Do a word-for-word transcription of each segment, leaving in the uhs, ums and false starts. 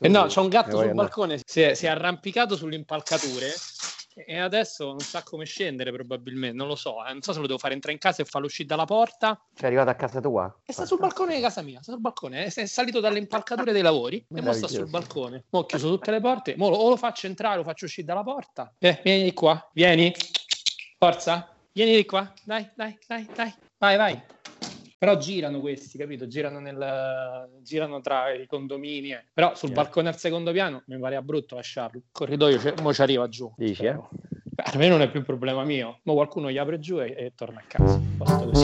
E no, c'è un gatto sul balcone, si è, si è arrampicato sulle impalcature e adesso non sa come scendere probabilmente, non lo so, eh. Non so se lo devo fare entrare in casa e farlo uscire dalla porta. Cioè è arrivato a casa tua? E sta sul balcone di casa mia, sta sul balcone, è, è salito dalle impalcature dei lavori e mo sta sul balcone. Mo ho chiuso tutte le porte, mo lo, o lo faccio entrare, lo faccio uscire dalla porta. Eh, vieni di qua, vieni, forza, vieni di qua, dai, dai, dai, dai, vai, vai. Però girano questi, capito? Girano, nel, girano tra i condomini. Eh. Però sul yeah. balcone al secondo piano mi pare brutto lasciarlo. Il corridoio c- mo ci arriva giù. Dici, eh? Per me non è più un problema mio. Mo qualcuno gli apre giù e, e torna a casa. Posto così.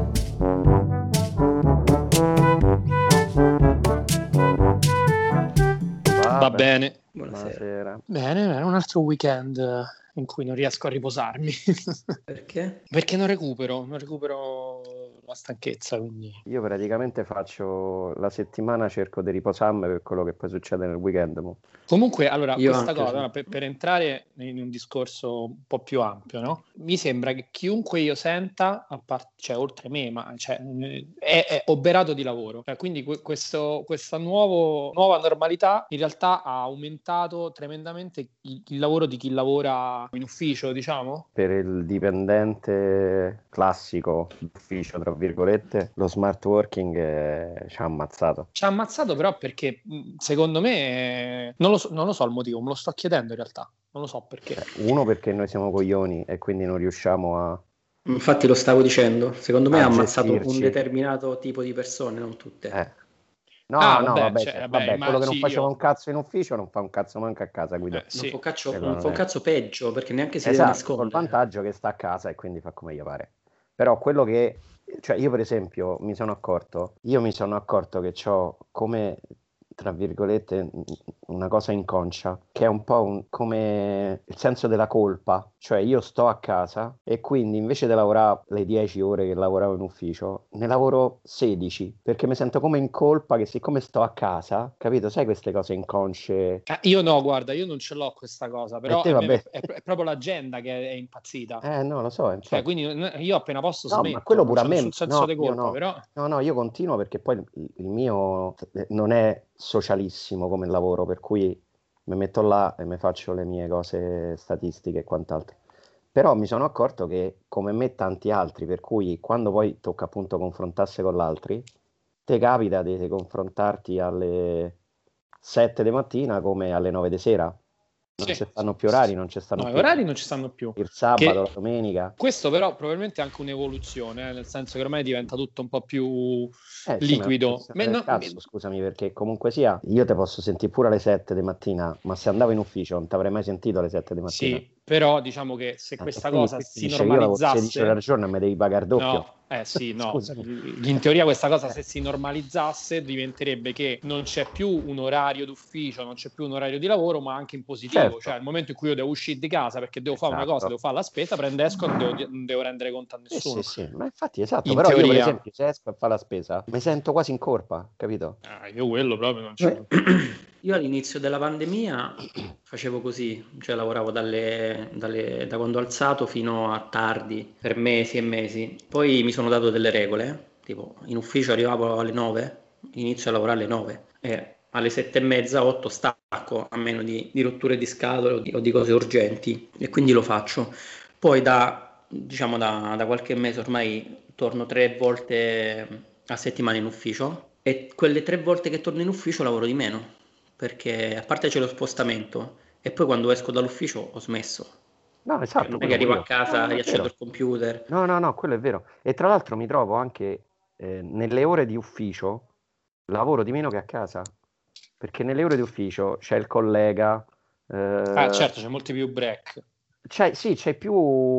Va, Va bene. Buonasera. Bene, bene, un altro weekend in cui non riesco a riposarmi. Perché? Perché non recupero, non recupero la stanchezza, quindi. Io praticamente faccio la settimana, cerco di riposarmi per quello che poi succede nel weekend. Mo. Comunque, allora, Io questa anche, cosa, sì. no, per, per entrare in un discorso un po' più ampio, no? Mi sembra che chiunque io senta, a part- cioè oltre me, ma cioè, è, è oberato di lavoro. Cioè, quindi que- questo, questa nuovo, nuova normalità in realtà ha aumentato tremendamente il, il lavoro di chi lavora in ufficio, diciamo? Per il dipendente classico d'ufficio, tra virgolette, lo smart working eh, ci ha ammazzato. Ci ha ammazzato però perché secondo me non lo so, non lo so il motivo, me lo sto chiedendo in realtà, non lo so perché. Uno, perché noi siamo coglioni e quindi non riusciamo a... Infatti lo stavo dicendo, secondo me ha ammazzato gestirci. un determinato tipo di persone, non tutte. Eh. No, Ah, no, vabbè, vabbè, cioè, cioè, vabbè, vabbè ma quello che non sì, faceva io- un cazzo in ufficio non fa un cazzo manco a casa, Guido. Eh, sì. Non fa un cazzo, Secondo non fa un me. cazzo peggio, perché neanche si Esatto, deve col nascondere. vantaggio che sta a casa e quindi fa come gli pare. Però quello che, cioè io per esempio mi sono accorto, io mi sono accorto che ho come, tra virgolette, una cosa inconscia, che è un po' un- come il senso della colpa. Cioè io sto a casa e quindi invece di lavorare le dieci ore che lavoravo in ufficio, ne lavoro sedici, perché mi sento come in colpa che siccome sto a casa, capito? Sai queste cose inconsce? Eh, io no, guarda, io non ce l'ho questa cosa, però E te, a me vabbè. è, è proprio l'agenda che è, è impazzita. Eh no, lo so, Cioè, infatti. quindi io appena posso No, smetto, ma quello non pure a c'è me, nessun senso no, di io colpa, no. però. No, no, io continuo perché poi il, il mio non è socialissimo come lavoro, per cui mi metto là e mi faccio le mie cose statistiche e quant'altro. Però mi sono accorto che, come me tanti altri, per cui quando poi tocca appunto confrontarsi con l'altri, te capita di, di confrontarti alle sette di mattina come alle nove di sera. Non Sì. ci stanno più orari, non ci stanno No, i più orari non ci stanno più. il sabato, Che- la domenica. Questo però probabilmente è anche un'evoluzione, eh, nel senso che ormai diventa tutto un po' più Eh sì, ma è una liquido. questione Me- del no- cazzo, me- scusami, perché comunque sia, io te posso sentire pure alle sette di mattina, ma se andavo in ufficio non ti avrei mai sentito alle sette di mattina. Sì, però diciamo che se Eh, e questa quindi cosa qui si si dice che io lavoro sedici ore al normalizzasse, giorno e mi devi pagare doppio. no, eh sì, no, Scusami. in teoria questa cosa se si normalizzasse diventerebbe che non c'è più un orario d'ufficio, non c'è più un orario di lavoro, ma anche in positivo, Certo. cioè al momento in cui io devo uscire di casa perché devo fare una Esatto. cosa, devo fare la spesa, prendo esco, non devo, non devo rendere conto a Sì, nessuno. sì, sì, ma infatti esatto, In però io per teoria. esempio se esco a fare la spesa mi sento quasi in colpa, capito? Ah, io quello proprio non c'è. Io all'inizio della pandemia facevo così, cioè lavoravo dalle, dalle- da quando ho alzato fino a tardi, per mesi e mesi. Poi mi sono dato delle regole, tipo in ufficio arrivavo alle nove, inizio a lavorare alle nove e alle sette e mezza, otto stacco, a meno di, di rotture di scatole o di, o di cose urgenti, e quindi lo faccio. Poi da, diciamo, da, da qualche mese ormai torno tre volte a settimana in ufficio e quelle tre volte che torno in ufficio lavoro di meno, perché a parte c'è lo spostamento e poi quando esco dall'ufficio ho smesso. No, Cioè, esatto, non è quello che arrivo pure a io. casa, No, no, è riaccendo vero. il computer. No, no, no, quello è vero. E tra l'altro mi trovo anche eh, nelle ore di ufficio, lavoro di meno che a casa, perché nelle ore di ufficio c'è il collega, eh, Ah, certo, c'è molti più break. c'è, sì, c'è più,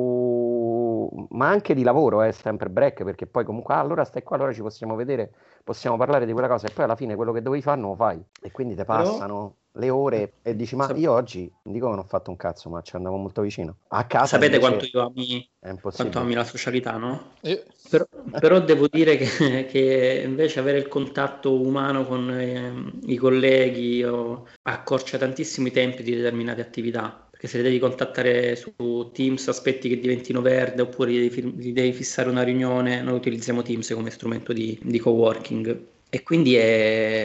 ma anche di lavoro è sempre break, perché poi comunque, ah, allora stai qua, allora ci possiamo vedere, possiamo parlare di quella cosa, e poi alla fine quello che dovevi fare non lo fai, e quindi ti Però- passano le ore e dici, ma Sap- io oggi, non dico che non ho fatto un cazzo, ma ci andavo molto vicino. A casa Sapete invece quanto io ami, è quanto impossibile. ami la socialità, no? Eh, Però, però devo dire che, che invece avere il contatto umano con ehm, i colleghi o- accorcia tantissimo i tempi di determinate attività, perché se li devi contattare su Teams aspetti che diventino verde oppure gli devi, gli devi fissare una riunione, noi utilizziamo Teams come strumento di, di coworking e quindi è,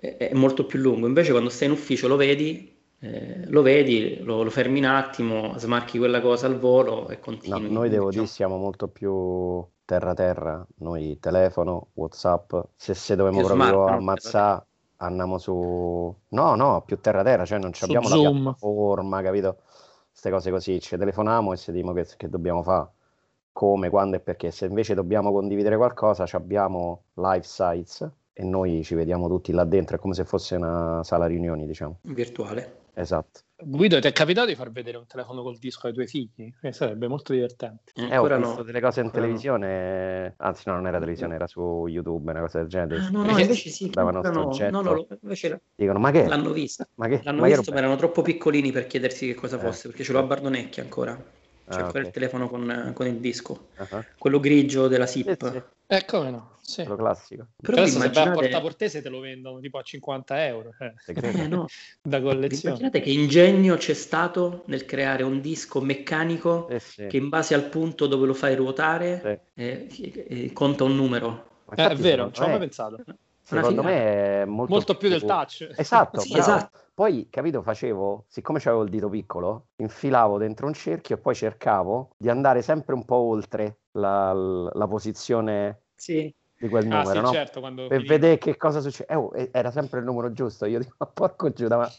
è, è molto più lungo. Invece quando stai in ufficio lo vedi, eh, lo vedi, lo, lo fermi un attimo, smarchi quella cosa al volo e No, continui. noi devo dire Diciamo, siamo molto più terra terra, noi telefono, WhatsApp, se se dobbiamo più smart, proprio non terra terra. ammazzare andiamo su... No, no, più terra terra, cioè non ci Su abbiamo la Zoom. piattaforma, capito? Queste cose così, ci telefoniamo e ci diciamo che, che dobbiamo fare, come, quando e perché. Se invece dobbiamo condividere qualcosa, ci abbiamo live sites e noi ci vediamo tutti là dentro, è come se fosse una sala riunioni, diciamo. Virtuale. Esatto. Guido, ti è capitato di far vedere un telefono col disco ai tuoi figli? Eh, sarebbe molto divertente. Eh, ho Ancora visto no. delle cose in Ancora no. televisione, anzi no, non era televisione, era su YouTube, una cosa del genere. Ah, no, no, Perché invece sì, Davano ancora sto no, no, no, oggetto, lo- invece dicono ma che? l'hanno visto. Ma che? L'hanno Ma che visto, roba ma è? erano troppo piccolini per chiedersi che cosa Eh, fosse, perché ce l'ho a eh. Bardonecchia ancora. C'è Ah, ancora ok. il telefono con, con il disco, Ah, quello grigio della sì, sì, SIP. Eh, come no? Sì. quello classico. Però Che vi adesso se vai a Porta immaginate, Portese te lo vendono tipo a cinquanta euro, eh, Te eh credo. no, da vi collezione. immaginate che ingegno c'è stato nel creare un disco meccanico Sì, sì, che in base al punto dove lo fai ruotare sì. eh, eh, conta un numero? Ma Eh, è infatti vero, non secondo ci avevo mai me, pensato. Una secondo figata. me è molto Molto più più... del touch. Esatto, Sì, bravo. esatto. Poi, capito, facevo, siccome c'avevo il dito piccolo, infilavo dentro un cerchio e poi cercavo di andare sempre un po' oltre la, la posizione Sì. di quel Ah numero, sì, no? certo, quando Per finiva. vedere che cosa succede. Eh, oh, e- era sempre il numero giusto. Io dico, ma porco Giuda, ma...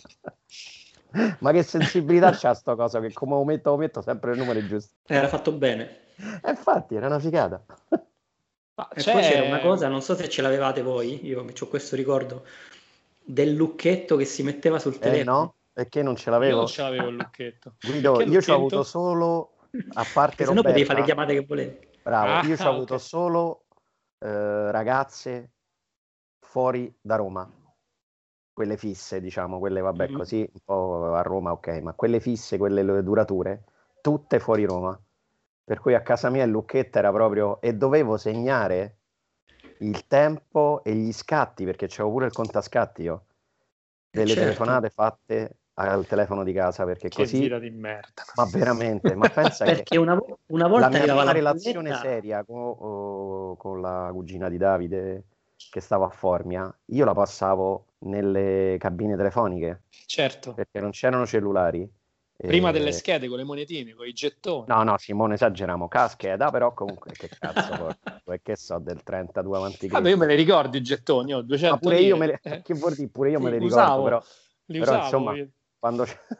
ma che sensibilità c'ha sto coso che come lo metto, lo metto sempre il numero giusto. Era fatto bene. E infatti, era una figata. Ma E poi c'era una c'è... cosa, non so se ce l'avevate voi, io ho questo ricordo, del lucchetto che si metteva sul Eh telefono. no? Perché non ce Io non l'avevo? ce l'avevo il lucchetto. Guido, Perché io ci ho avuto lucchetto? solo, a parte Che se no potevi fare le Roberta, chiamate che volevi. bravo, io ci ho Ah, avuto ok. solo eh, ragazze fuori da Roma, quelle fisse, diciamo, quelle vabbè Mm. così, un po' a Roma, ok, ma quelle fisse, quelle le durature, tutte fuori Roma. Per cui a casa mia il lucchetto era proprio... e dovevo segnare il tempo e gli scatti, perché c'avevo pure il contascatti io, Eh, delle certo, telefonate fatte al telefono di casa, perché Che così, vita di merda. ma veramente, ma pensa che perché una, vo- una la volta mia arrivava prima la relazione bolletta, seria con, oh, con la cugina di Davide che stava a Formia, io la passavo nelle cabine telefoniche Certo, perché non c'erano cellulari. prima delle E... schede con le monetine, con i gettoni. No, no, Simone, esageriamo, cascheda, però comunque che cazzo, porco, è che so del trentadue avanti Vabbè, io me Cristo. le ricordo i gettoni, ho Ma duecento pure io me lire. le, Eh, che vuol dire, pure io me sì, le ricordo, usavo, però, li però usavo insomma, io. quando,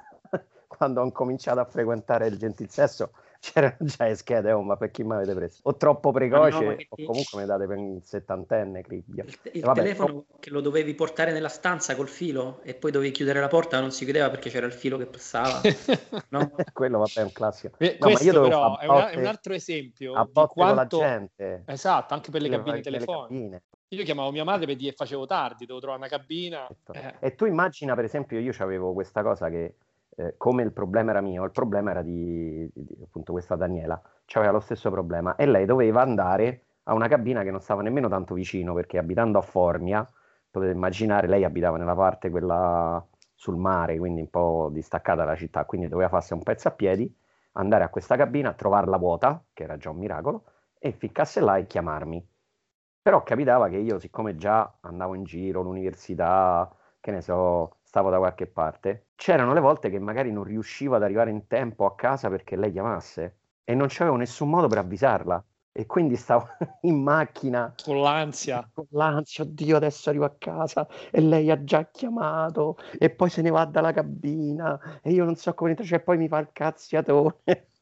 quando ho cominciato a frequentare il gentilsesso c'erano già le schede, oh, ma per chi mi avete preso? O troppo ma no, ma precoce che o ti- comunque mi date per un settantenne, cribbia. il, te- E il vabbè, com- telefono che lo dovevi portare nella stanza col filo e poi dovevi chiudere la porta, non si chiudeva perché c'era il filo che passava, no? quello vabbè è un classico. Eh, No, ma io Questo dovevo fare però è, una- è un botte, altro esempio a di botte con la quanto... gente Esatto, anche per le nelle, cabine nelle telefoniche. cabine. Io chiamavo mia madre per dire che facevo tardi, dovevo trovare una cabina. Eh, E tu immagina, per esempio, io avevo questa cosa che, eh, come il problema era mio, il problema era di, di- appunto questa Daniela, aveva lo stesso problema e lei doveva andare a una cabina che non stava nemmeno tanto vicino, perché abitando a Formia, potete immaginare, lei abitava nella parte quella sul mare, quindi un po' distaccata dalla città, quindi doveva farsi un pezzo a piedi, andare a questa cabina, trovarla vuota, che era già un miracolo, e ficcasse là e chiamarmi. Però capitava che io, siccome già andavo in giro, l'università, che ne so, stavo da qualche parte, c'erano le volte che magari non riuscivo ad arrivare in tempo a casa perché lei chiamasse e non c'avevo nessun modo per avvisarla. E quindi stavo in macchina con l'ansia. con l'ansia, oddio, adesso arrivo a casa e lei ha già chiamato e poi se ne va dalla cabina e io non so come entrare, cioè poi mi fa il cazziatone.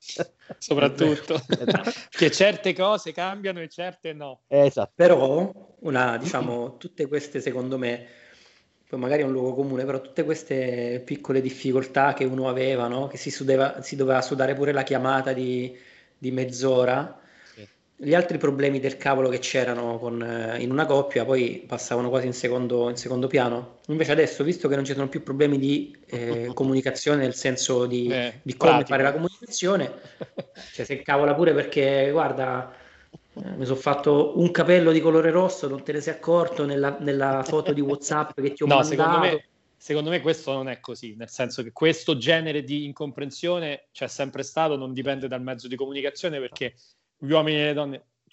Soprattutto Esatto. che certe cose cambiano e certe no. Esatto. Però, una, diciamo, tutte queste, secondo me, poi magari è un luogo comune, però tutte queste piccole difficoltà che uno aveva, no? Che si, sudeva- si doveva sudare pure la chiamata di, di mezz'ora, Sì. gli altri problemi del cavolo che c'erano con, eh, in una coppia poi passavano quasi in secondo, in secondo piano. Invece adesso, visto che non ci sono più problemi di eh, comunicazione, nel senso di, Eh, di come pratico. fare la comunicazione, cioè se cavola pure perché, guarda, eh, mi sono fatto un capello di colore rosso, non te ne sei accorto nella, nella foto di WhatsApp che ti ho No, secondo mandato. me, secondo me questo non è così, nel senso che questo genere di incomprensione c'è sempre stato, non dipende dal mezzo di comunicazione perché gli uomini e le donne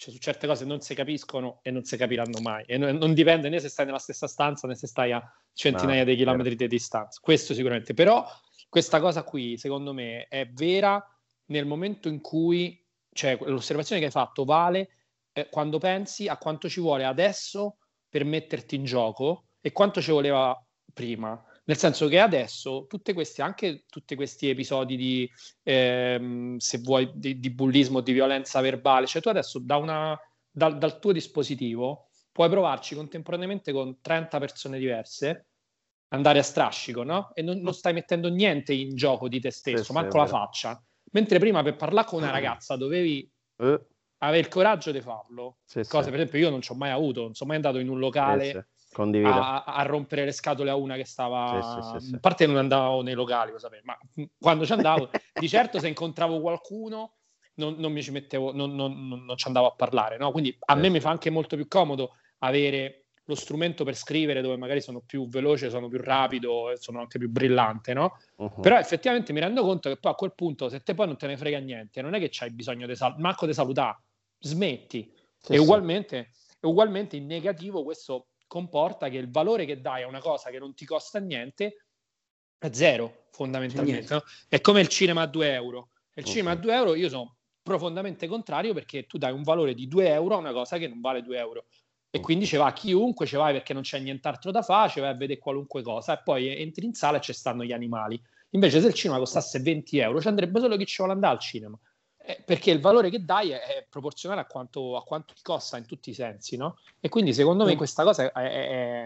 cioè, su certe cose non si capiscono e non si capiranno mai, e non, non dipende né se stai nella stessa stanza né se stai a centinaia no, di chilometri di distanza, questo sicuramente. Però questa cosa qui secondo me è vera nel momento in cui, cioè l'osservazione che hai fatto vale eh, quando pensi a quanto ci vuole adesso per metterti in gioco e quanto ci voleva prima. Nel senso che adesso tutte queste, anche tutti questi episodi di, ehm, se vuoi, di, di bullismo, di violenza verbale, cioè tu adesso da una, dal, dal tuo dispositivo puoi provarci contemporaneamente con trenta persone diverse, andare a strascico, no? E non, non stai mettendo niente in gioco di te stesso, sì, manco la faccia. Mentre prima per parlare con una ragazza dovevi uh. avere il coraggio di farlo. Sì, cosa, sì. Per esempio, io non ci ho mai avuto, non sono mai andato in un locale... Sì, sì. A, a rompere le scatole a una che stava sì, sì, sì, sì. A parte non andavo nei locali, lo sapevo, ma quando ci andavo di certo se incontravo qualcuno non, non mi ci mettevo, non, non, non ci andavo a parlare, no? Quindi a sì, me sì. mi fa anche molto più comodo avere lo strumento per scrivere dove magari sono più veloce, sono più rapido e sono anche più brillante, no? Uh-huh. Però effettivamente mi rendo conto che poi a quel punto se te poi non te ne frega niente, non è che c'hai bisogno di sal- manco di salutare, smetti. Sì, e sì. ugualmente e ugualmente in negativo questo comporta che il valore che dai a una cosa che non ti costa niente è zero, fondamentalmente. No? È come il cinema a due euro. Il okay. cinema a due euro io sono profondamente contrario perché tu dai un valore di due euro a una cosa che non vale due euro. E okay. quindi ci va chiunque, ci vai perché non c'è nient'altro da fare, ci vai a vedere qualunque cosa e poi entri in sala e ci stanno gli animali. Invece se il cinema costasse venti euro ci andrebbe solo chi ci vuole andare al cinema. Eh, perché il valore che dai è, è proporzionale a quanto, a quanto ti costa in tutti i sensi, no? E quindi secondo me questa cosa è, è,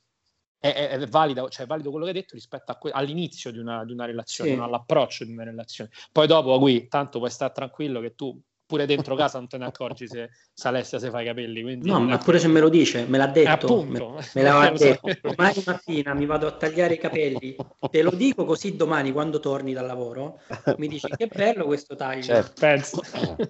è, è, è valida, cioè è valido quello che hai detto rispetto a que- all'inizio di una, di una relazione, sì. no? All'approccio di una relazione. Poi dopo qui tanto puoi stare tranquillo che tu pure dentro casa non te ne accorgi se, se Alessia si fa i capelli. Quindi no, ma pure che... se me lo dice, me l'ha detto. Appunto. Me, me l'ha detto. Domani mattina mi vado a tagliare i capelli. Te lo dico così domani quando torni dal lavoro mi dici che bello questo taglio. Cioè, penso.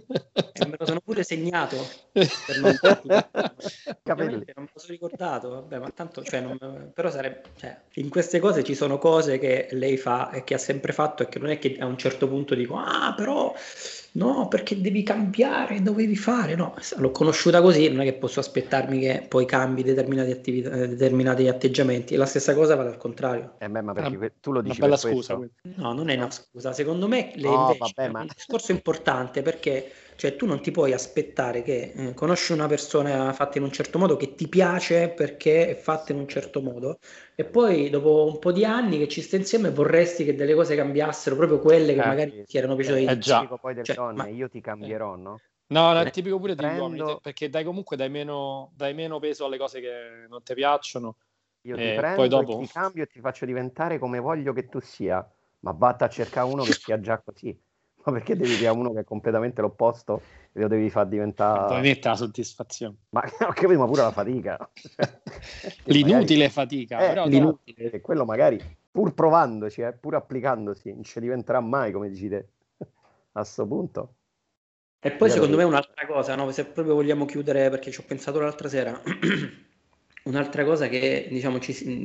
E me lo sono pure segnato per non ovviamente non me lo sono ricordato, vabbè, ma tanto, cioè, non, però sarebbe, cioè, in queste cose ci sono cose che lei fa e che ha sempre fatto e che non è che a un certo punto dico ah però no perché devi cambiare, dovevi fare, no, l'ho conosciuta così, non è che posso aspettarmi che poi cambi determinati attività, determinati atteggiamenti, e la stessa cosa vale al contrario. Eh beh, ma perché una, tu lo dici una bella per scusa questo? No, non è una scusa, secondo me le no, invece vabbè, è ma... un discorso importante perché cioè tu non ti puoi aspettare che eh, conosci una persona fatta in un certo modo che ti piace perché è fatta in un certo modo e poi dopo un po' di anni che ci stai insieme vorresti che delle cose cambiassero, proprio quelle che eh, magari ti erano piaciute eh, di già. Dico poi delle cioè, donne, ma... io ti cambierò, no? No, no, è tipico pure prendo... degli uomini, perché dai comunque dai meno, dai meno peso alle cose che non ti piacciono. Io ti prendo poi dopo... e ti cambio e ti faccio diventare come voglio che tu sia, ma vatta a cercare uno che sia già così. Ma perché devi dire a uno che è completamente l'opposto e lo devi far diventare... Poi mette la soddisfazione. Ma ho capito, ma pure la fatica. L'inutile magari... fatica. Eh, però l'inutile. E quello magari, pur provandoci, eh, pur applicandosi, non ci diventerà mai, come dici te, a sto punto. E poi secondo me un'altra cosa, no? Se proprio vogliamo chiudere, perché ci ho pensato l'altra sera, un'altra cosa che diciamo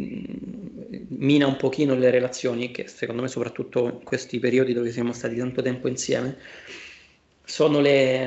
ci mina un pochino le relazioni, che secondo me soprattutto in questi periodi dove siamo stati tanto tempo insieme, sono le,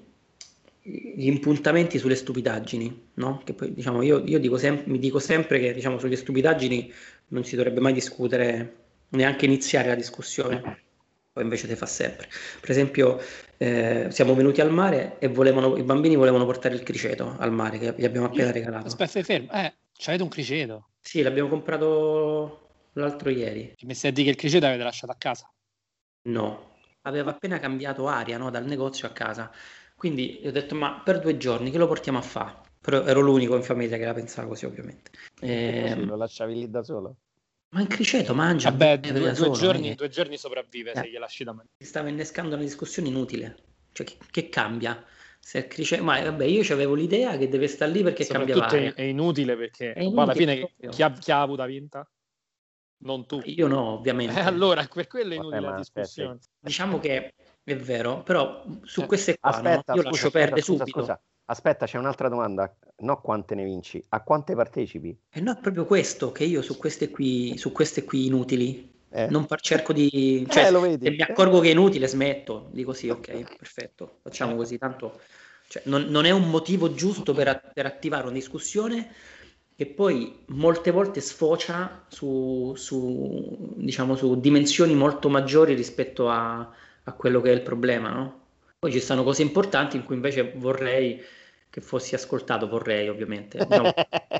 gli impuntamenti sulle stupidaggini, no? Che poi diciamo io, io dico sem- mi dico sempre che diciamo sulle stupidaggini non si dovrebbe mai discutere, neanche iniziare la discussione. Poi invece te fa sempre. Per esempio, eh, siamo venuti al mare e volevano, i bambini volevano portare il criceto al mare che gli abbiamo appena regalato. Aspetta, fermo. Eh, c'avete un criceto? Sì, l'abbiamo comprato l'altro ieri. Ti messi a dire che il criceto avete lasciato a casa? No, aveva appena cambiato aria, no, dal negozio a casa. Quindi ho detto, ma per due giorni che lo portiamo a fare? Però ero l'unico in famiglia che la pensava così, ovviamente. E così lo lasciavi lì da solo? Ma il criceto mangia. Vabbè, due, due, solo, giorni, due giorni sopravvive eh. se gli lasci da me. Si stava innescando una discussione inutile. Cioè, che, che cambia? Se il criceto... Ma vabbè, io avevo l'idea che deve stare lì perché cambia aria. È inutile perché è inutile, alla fine chi ha, chi ha avuto vinta? Non tu. Io no, ovviamente. Eh, allora, per quello è inutile vabbè, la discussione. Aspetta. Diciamo che è vero, però su queste qua aspetta, no? io scusa, lascio scusa, perdere scusa, subito. Scusa. Aspetta, c'è un'altra domanda, no quante ne vinci, a quante partecipi? E no, è proprio questo, che io su queste qui, su queste qui inutili, eh. non par- cerco di... Cioè, eh, lo vedi. se mi accorgo che è inutile smetto, dico sì, ok, perfetto, facciamo così, tanto Cioè, non, non è un motivo giusto per, per attivare una discussione che poi molte volte sfocia su, su, diciamo, su dimensioni molto maggiori rispetto a, a quello che è il problema, no? Poi ci stanno cose importanti in cui invece vorrei che fossi ascoltato, vorrei ovviamente, no,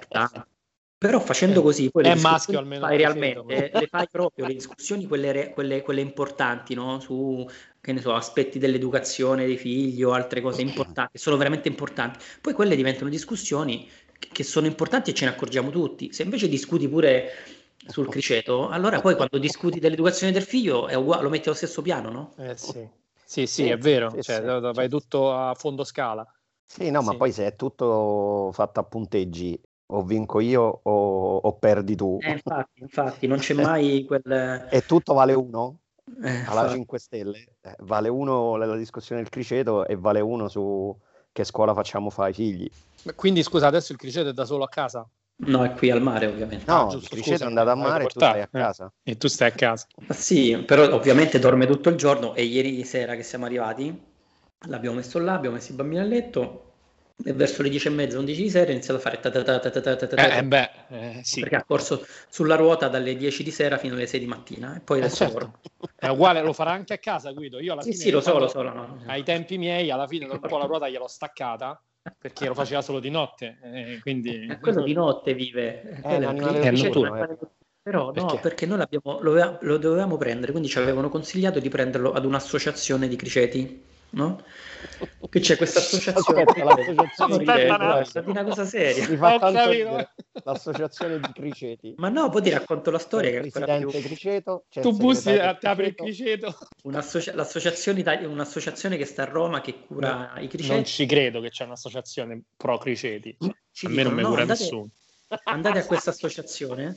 però facendo così poi le È discussioni maschio almeno fai il criceto, realmente, però. le fai proprio le discussioni quelle, re- quelle- quelle importanti, no? Su, che ne so, aspetti dell'educazione dei figli o altre cose importanti, sono veramente importanti. Poi quelle diventano discussioni che, che sono importanti e ce ne accorgiamo tutti. Se invece discuti pure sul criceto, allora poi quando discuti dell'educazione del figlio è uguale, lo metti allo stesso piano, no? Eh sì, sì, sì, Sì, è vero, sì, cioè, sì, vai cioè, tutto a fondo scala. sì, no, ma Sì. poi se è tutto fatto a punteggi, o vinco io o, o perdi tu, Eh, infatti, infatti, non c'è mai quel... e tutto vale uno Eh, alla infatti. cinque Stelle, eh, vale uno la, la discussione del criceto e vale uno su che scuola facciamo fare ai figli. Quindi scusa, adesso il criceto è da solo a casa? No, è qui al mare, ovviamente. Ah, No, il giusto, criceto è scusami, andato a l'avete mare e tu stai a portato. Eh, casa. E tu stai a casa. Ma sì, però ovviamente dorme tutto il giorno e ieri sera che siamo arrivati l'abbiamo messo là, abbiamo messo i bambini a letto e verso le dieci e mezza, undici di sera ha iniziato a fare ta ta ta ta ta ta ta ta Eh, ta, eh, beh, eh, sì, perché ha corso sulla ruota dalle dieci di sera fino alle sei di mattina e poi eh, adesso dorme. certo. È uguale, lo farà anche a casa, Guido. Io alla Sì, fine, sì, lo so, quando, lo so, no. ai tempi miei, alla fine dopo un po' la ruota gliel'ho staccata perché lo faceva solo di notte, eh, quindi Eh, quello di notte vive, È quello un è il animale cri- è criceto, è un notturno. notturno, animale eh. notturno. Però no, Perché? perché noi l'abbiamo- lo, aveva- lo dovevamo prendere, quindi ci avevano consigliato di prenderlo ad un'associazione di criceti, no? Che c'è questa associazione. Aspetta, l'associazione Non di ridere, Aspetta un dai, criceti. di una cosa seria. Mi fa Ho tanto capito. ridere. L'associazione di criceti. Ma no, poi ti racconto la C'è storia il che è ancora più... presidente criceto, c'è Tu il bussi segretario e ti apre il criceto. criceto. Un'associa- l'associazione Italia- un'associazione che sta a Roma che cura i Non criceti. ci credo che c'è un'associazione pro criceti. Ci A me non dicono, mi no, cura andate, nessuno. andate a questa associazione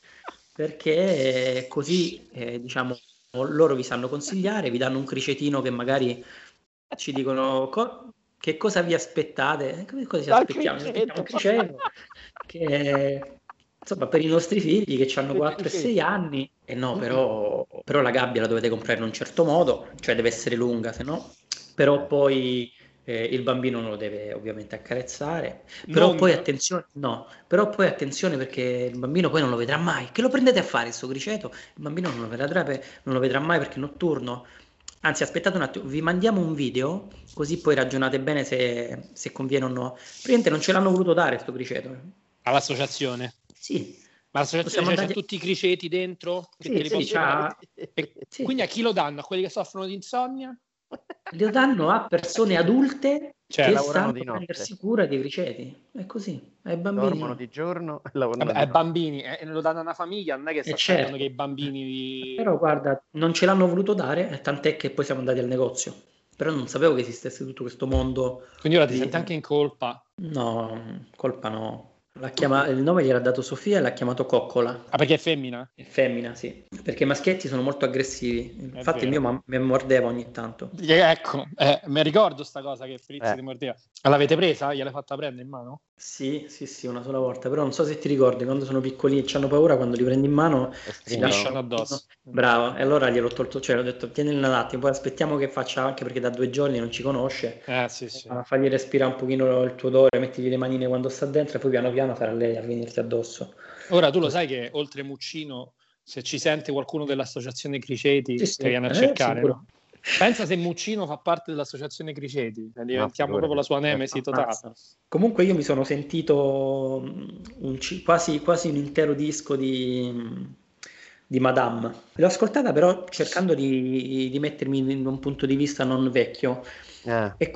perché così, eh, diciamo, loro vi sanno consigliare, vi danno un cricetino che magari ci dicono co- che cosa vi aspettate, che cosa ci Dal aspettiamo? Ci aspettiamo un criceto. criceto che, insomma, per i nostri figli che hanno Che quattro e sei criceti. anni, e no, però, però la gabbia la dovete comprare in un certo modo, cioè deve essere lunga, se no, però poi eh, il bambino non lo deve ovviamente accarezzare, però Non poi attenzione, no, però poi attenzione perché il bambino poi non lo vedrà mai. Che lo prendete a fare questo criceto? Il bambino non lo vedrà, per- non lo vedrà mai perché è notturno. Anzi, aspettate un attimo, vi mandiamo un video così poi ragionate bene se, se conviene o no. Praticamente non ce l'hanno voluto dare sto criceto. all'associazione. Sì, Ma siamo l'associazione cioè, c'ha andati... tutti i criceti dentro che Sì, te li sì, possono c'ha... E sì. quindi a chi lo danno? A quelli che soffrono di insonnia? Lo danno a persone adulte Cioè, che lavorano sanno di notte. prendersi cura dei criceti. È così, ai bambini Dormono no. di giorno e lavorano vabbè, di ai notte. bambini, eh, lo danno a una famiglia, non è che si Eh, aspettano certo. che i bambini... Però guarda, non ce l'hanno voluto dare, eh, tant'è che poi siamo andati al negozio. Però non sapevo che esistesse tutto questo mondo Quindi ora ti di... senti anche in colpa. No, colpa no. L'ha chiama- Il nome gli era dato Sofia e l'ha chiamato Coccola. Ah, perché è femmina? È femmina, sì. Perché i maschietti sono molto aggressivi. È Infatti il vero. mio ma- mi mordeva ogni tanto. Eh, Ecco, eh, mi ricordo sta cosa che Fritz Eh. ti mordeva. Ma l'avete presa? Gliel'hai fatta prendere in mano? Sì, sì, sì, una sola volta. Però non so se ti ricordi, quando sono piccoli e hanno paura, quando li prendi in mano E si stringono. lasciano Lisciano addosso. Bravo, e allora gliel'ho tolto, cioè ho detto tienilo un attimo, poi aspettiamo che faccia, anche perché da due giorni non ci conosce, Eh, sì, sì. ah, fagli respirare un pochino il tuo odore, mettigli le manine quando sta dentro e poi piano piano farà lei a venirti addosso. Ora tu lo sai che oltre Muccino, se ci sente qualcuno dell'associazione Criceti, Sì, sì, ti viene a eh, cercare, sicuro. no? Pensa se Muccino fa parte dell'associazione Criceti, ne diventiamo figurati. proprio la sua nemesi totale. Ammazza. Comunque io mi sono sentito mm, un ci- quasi, quasi un intero disco di, di Madame. L'ho ascoltata però cercando di, di mettermi in un punto di vista non vecchio. Eh. E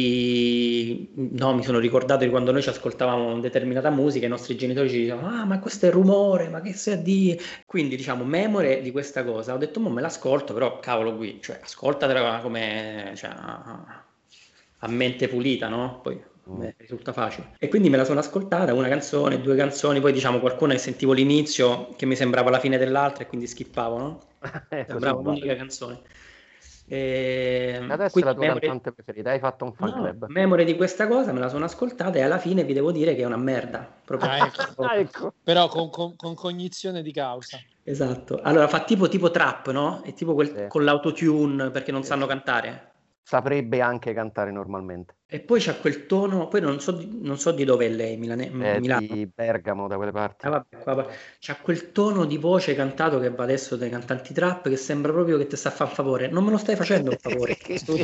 quindi no, mi sono ricordato di quando noi ci ascoltavamo determinata musica, i nostri genitori ci dicevano: ah, ma questo è il rumore, ma che sei a dire? Quindi, diciamo, memore di questa cosa. Ho detto: mo me l'ascolto, però cavolo qui, cioè, ascoltatela come, cioè, a a mente pulita, no? Poi Mm. beh, risulta facile. E quindi me la sono ascoltata, una canzone, due canzoni, poi diciamo qualcuna che sentivo l'inizio che mi sembrava la fine dell'altra e quindi skippavo, no? Eh, così Sembrava va. l'unica canzone. E Adesso è quindi la tua memore, cantante preferita, hai fatto un fan no, club. memore di questa cosa me la sono ascoltata e alla fine vi devo dire che è una merda. Proprio. Ah, ecco. Ah, ecco. Però con, con- con cognizione di causa. Esatto. Allora fa tipo, tipo trap, no? È tipo quel Sì. con l'autotune perché non Sì, sanno sì. cantare. saprebbe anche cantare normalmente. E poi c'ha quel tono, poi non so di, non so di dove è lei, Milane, È Milano. di Bergamo, da quelle parti. Ah, vabbè, qua, va- c'ha quel tono di voce cantato che va adesso dai cantanti trap che sembra proprio che ti sta a fare un favore. Non me lo stai facendo un favore.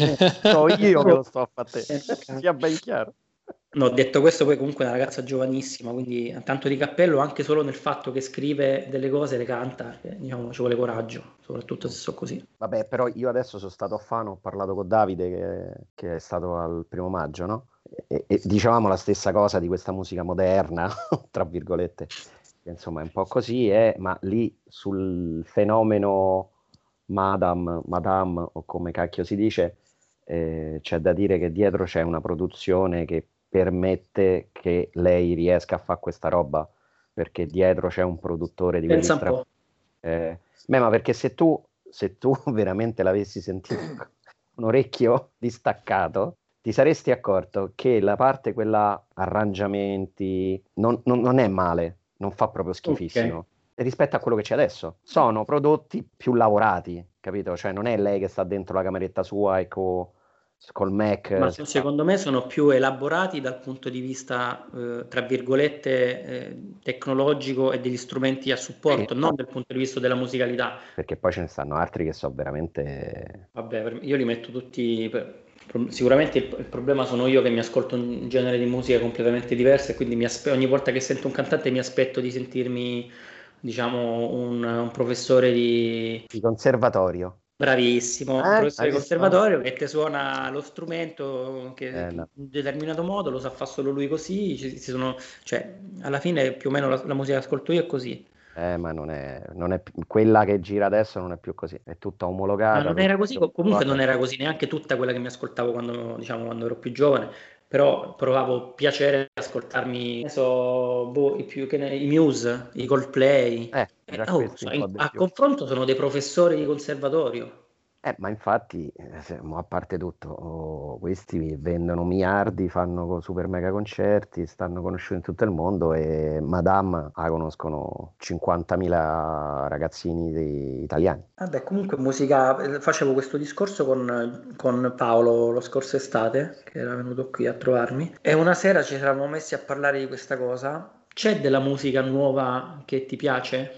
So io che lo sto a fare te, Eh, sia ben chiaro. No, detto questo, poi comunque è una ragazza giovanissima, quindi tanto di cappello anche solo nel fatto che scrive delle cose, le canta, che, diciamo, ci vuole coraggio, soprattutto se so così. Vabbè, però io adesso sono stato a Fano, ho parlato con Davide che, che è stato al primo maggio, no? E, e dicevamo la stessa cosa di questa musica moderna, tra virgolette, che insomma è un po' così, eh, ma lì sul fenomeno Madame, Madame o come cacchio si dice, eh, c'è da dire che dietro c'è una produzione che permette che lei riesca a fare questa roba, perché dietro c'è un produttore di quelli Pensa un stra... po'. Eh, beh, ma perché se tu, se tu veramente l'avessi sentito con un orecchio distaccato, ti saresti accorto che la parte, quella arrangiamenti, non, non- non è male, non fa proprio schifissimo. Rispetto a quello che c'è adesso, sono prodotti più lavorati, capito? Cioè non è lei che sta dentro la cameretta sua e co- col Mac. Ma si fa- secondo me sono più elaborati dal punto di vista, eh, tra virgolette, eh, tecnologico e degli strumenti a supporto, Sì, non dal punto di vista della musicalità. perché poi ce ne stanno altri che so veramente... Vabbè, per- io li metto tutti. per- pro- Sicuramente il, il problema sono io che mi ascolto un genere di musica completamente diverso e quindi mi aspe- ogni volta che sento un cantante mi aspetto di sentirmi, diciamo, un, un professore di. di conservatorio. Bravissimo, un Eh, professore hai di visto? conservatorio che ti suona lo strumento che Eh, in no. un determinato modo lo sa fare solo lui così, ci, ci sono, cioè, alla fine più o meno la, la musica che ascolto io è così. Eh, ma non è, non è più- quella che gira adesso non è più così, è tutta Ma omologata, non tutta era così, co- comunque non era così neanche tutta quella che mi ascoltavo quando, diciamo, quando ero più giovane, però provavo piacere ad ascoltarmi, ne so, boh, i, più, che ne- i Muse, i Coldplay. Eh, Eh, già oh, questi so- un in- po' di a più. confronto sono dei professori di conservatorio. Eh, ma infatti, eh, se- mo a parte tutto, oh, questi vendono miliardi, fanno co- super mega concerti, stanno conosciuti in tutto il mondo e Madame la conoscono cinquantamila ragazzini di- italiani. Vabbè, comunque musica, eh, facevo questo discorso con, con Paolo lo scorso estate, che era venuto qui a trovarmi, e una sera ci eravamo messi a parlare di questa cosa. C'è della musica nuova che ti piace?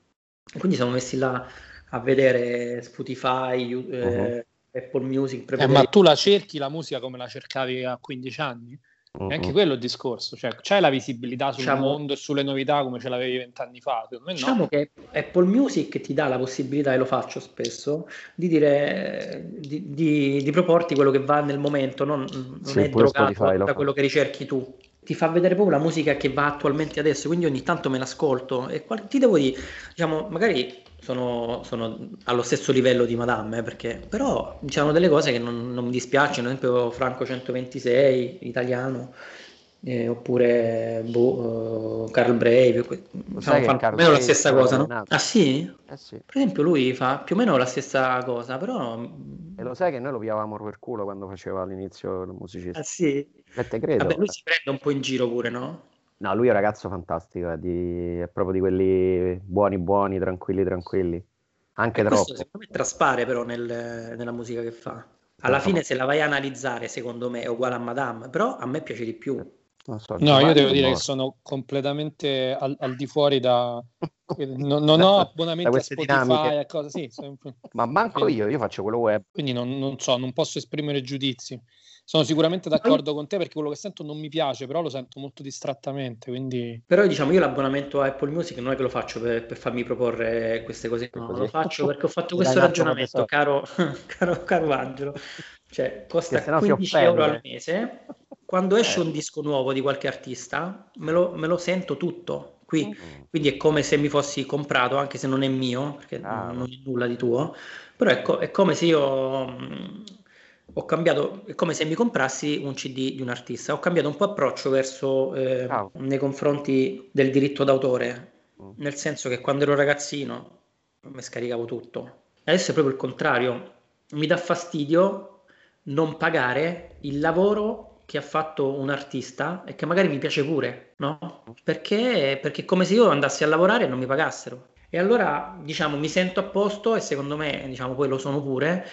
E quindi siamo messi là a vedere Spotify, You- Mhm, eh, Apple Music, per Eh, ma vedere. tu la cerchi la musica come la cercavi a quindici anni? E anche mhm. quello è il discorso, cioè c'hai la visibilità sul Diciamo, mondo e sulle novità come ce l'avevi vent'anni fa? Secondo me no. diciamo che Apple Music ti dà la possibilità, e lo faccio spesso, di dire, di, di- di proporti quello che va nel momento, non, non Sì, è pure drogato Spotify lo da fa. quello che ricerchi tu. Ti fa vedere proprio la musica che va attualmente adesso, quindi ogni tanto me l'ascolto e qual- ti devo dire, diciamo, magari sono, sono allo stesso livello di Madame, eh, perché, però c'erano delle cose che non, non mi dispiacciono, ad esempio Franco centoventisei, italiano, eh, oppure boh, eh, Carl Brave, que- Lo sai diciamo, che fanno più o Carl meno la Brave stessa ora è cosa, no? nato? Ah sì? Eh sì. Per esempio lui fa più o meno la stessa cosa, però. E lo sai che noi lo piavamo per culo quando faceva all'inizio il Ah musicista? sì? E te Vabbè, credo. lui si prende un po' in giro pure, no? No, lui è un ragazzo fantastico, è, di- è proprio di quelli buoni buoni, tranquilli tranquilli. Anche E questo troppo. secondo me traspare però nel- nella musica che fa. Alla Sento, fine, se la vai a analizzare, secondo me è uguale a Madame, però a me piace di più. non so, No, io Giovanni devo è dire che morto. sono completamente al, al di fuori da... Non, non ho Da abbonamenti a queste Spotify dinamiche. e cose, sì, sempre- Ma manco io, io faccio quello web. quindi non, non so, non posso esprimere giudizi. Sono sicuramente d'accordo con te perché quello che sento non mi piace, però lo sento molto distrattamente, quindi... Però diciamo io l'abbonamento a Apple Music non è che lo faccio per, per farmi proporre queste cose, no, Così. lo faccio perché ho fatto Mi dai questo un altro po' di ragionamento, soldi. caro, caro, caro Angelo, cioè Che costa sennò si quindici euro al offende. mese, quando esce Eh. un disco nuovo di qualche artista me lo, me lo sento tutto qui, Mm, quindi è come se mi fossi comprato, anche se non è mio, perché bravo. non è nulla di tuo, però è, co- è come se io mh, ho cambiato, è come se mi comprassi un C D di un artista, ho cambiato un po' approccio verso, eh, Bravo. nei confronti del diritto d'autore, Mm. nel senso che quando ero ragazzino mi scaricavo tutto. Adesso è proprio il contrario, mi dà fastidio non pagare il lavoro che ha fatto un artista e che magari mi piace pure, no? Perché, perché è come se io andassi a lavorare e non mi pagassero. E allora, diciamo, mi sento a posto e secondo me, diciamo, poi lo sono pure,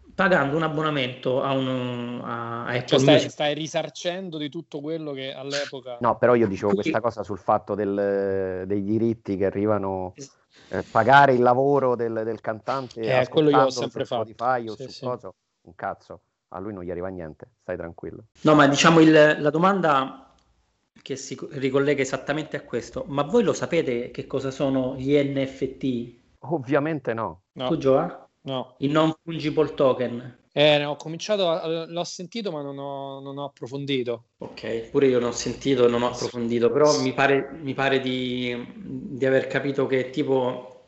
pagando un abbonamento a, un, a Apple cioè stai, Music. stai risarcendo di tutto quello che all'epoca... No, però io dicevo Quindi- questa cosa sul fatto del, dei diritti che arrivano, eh, pagare il lavoro del, del cantante Eh, quello io ho ascoltandolo sempre su fatto. Spotify o Sì, su sì. coso, un cazzo, a lui non gli arriva niente, stai tranquillo. No, ma diciamo il- la domanda che si ricollega esattamente a questo, ma voi lo sapete che cosa sono gli N F T? Ovviamente no. No, Tu, Gioa? no. I non fungible token. Eh, ne ho cominciato, a- l'ho sentito ma non ho, non ho approfondito. Ok, pure io non ho sentito e non ho approfondito, però mi pare, mi pare di, di aver capito che tipo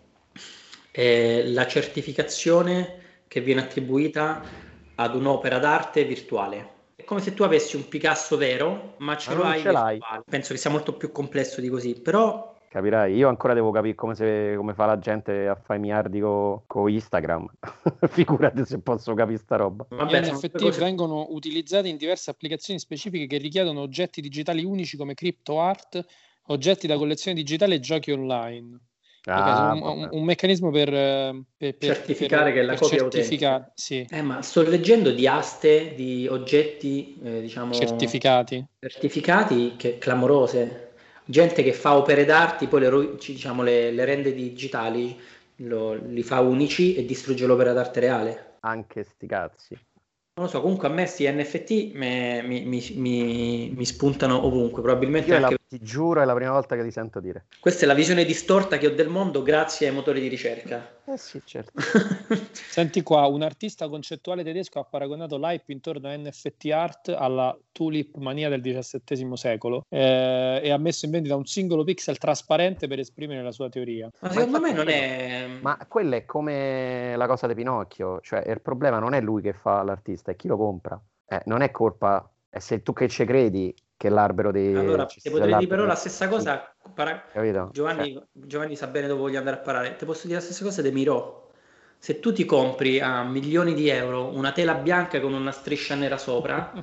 è la certificazione che viene attribuita ad un'opera d'arte virtuale. È come se tu avessi un Picasso vero, ma ce Ma lo non hai ce l'hai. virtuale. Penso che sia molto più complesso di così, però Capirai, io ancora devo capire come, se, come fa la gente a fare i miliardi con Instagram. Figurati se posso capire sta roba. Gli vabbè, sono due N F T cose. vengono utilizzati in diverse applicazioni specifiche che richiedono oggetti digitali unici come crypto art, oggetti da collezione digitale e giochi online. Ok, sono Ah, un, un- vabbè. un meccanismo per, eh, per- per- Certificare per- che è la per copia certificare, autentica. sì, Eh, ma sto leggendo di aste, di oggetti, eh, diciamo, certificati. certificati che clamorose. Gente che fa opere d'arte, poi le, ro- ci- diciamo, le, le rende digitali, lo- li fa unici e distrugge l'opera d'arte reale. Anche sti cazzi. Non lo so, comunque a me sti N F T me- mi, mi- mi- mi spuntano ovunque, probabilmente Io è la- anche... ti giuro è la prima volta che ti sento dire. Questa è la visione distorta che ho del mondo grazie ai motori di ricerca. Eh sì, certo. Senti qua, un artista concettuale tedesco ha paragonato l'hype intorno a N F T art alla tulip mania del diciassettesimo secolo eh, e ha messo in vendita un singolo pixel trasparente per esprimere la sua teoria. Ma Ma secondo me infatti non quello- è... Ma quello è come la cosa di Pinocchio, cioè il problema non è lui che fa l'artista, è chi lo compra. Eh, non è colpa, è se tu che ci credi che l'albero di... Allora, ci ti sia potrei dire però l'albero la di- stessa cosa, para- Capito? Giovanni, Giovanni sa bene dove voglio andare a parare, ti posso dire la stessa cosa dei Miro. Se tu ti compri a milioni di euro una tela bianca con una striscia nera sopra,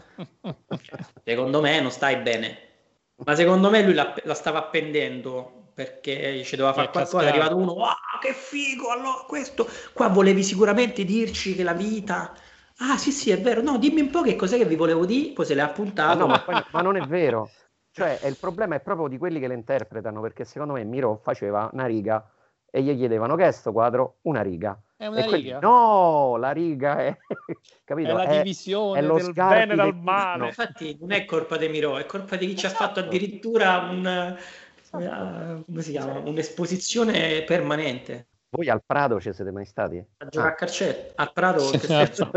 secondo me non stai bene. Ma secondo me lui la, la stava appendendo perché ci doveva È fare qualcosa, è cascato. arrivato uno, wow, che figo, allora questo, qua volevi sicuramente dirci che la vita... Ah sì sì è vero, no dimmi un po' che cos'è che vi volevo dire, poi se l'ha Ma appuntato. no, ma, poi- ma non è vero. Cioè, è il problema è proprio di quelli che le interpretano, perché secondo me Miro faceva una riga e gli chiedevano che è sto quadro? Una riga. È una E quelli, riga. no, la riga è, capito? È la È, divisione è lo del Sgarbi bene dal del male. Ticino. Infatti non è colpa dei Miro, è colpa di chi ci ha fatto Esatto. addirittura un, eh, Esatto. come si chiama? Un'esposizione permanente. Voi al Prado ci siete mai stati? A giocare Ah. a calcetto, al Prato, in che senso?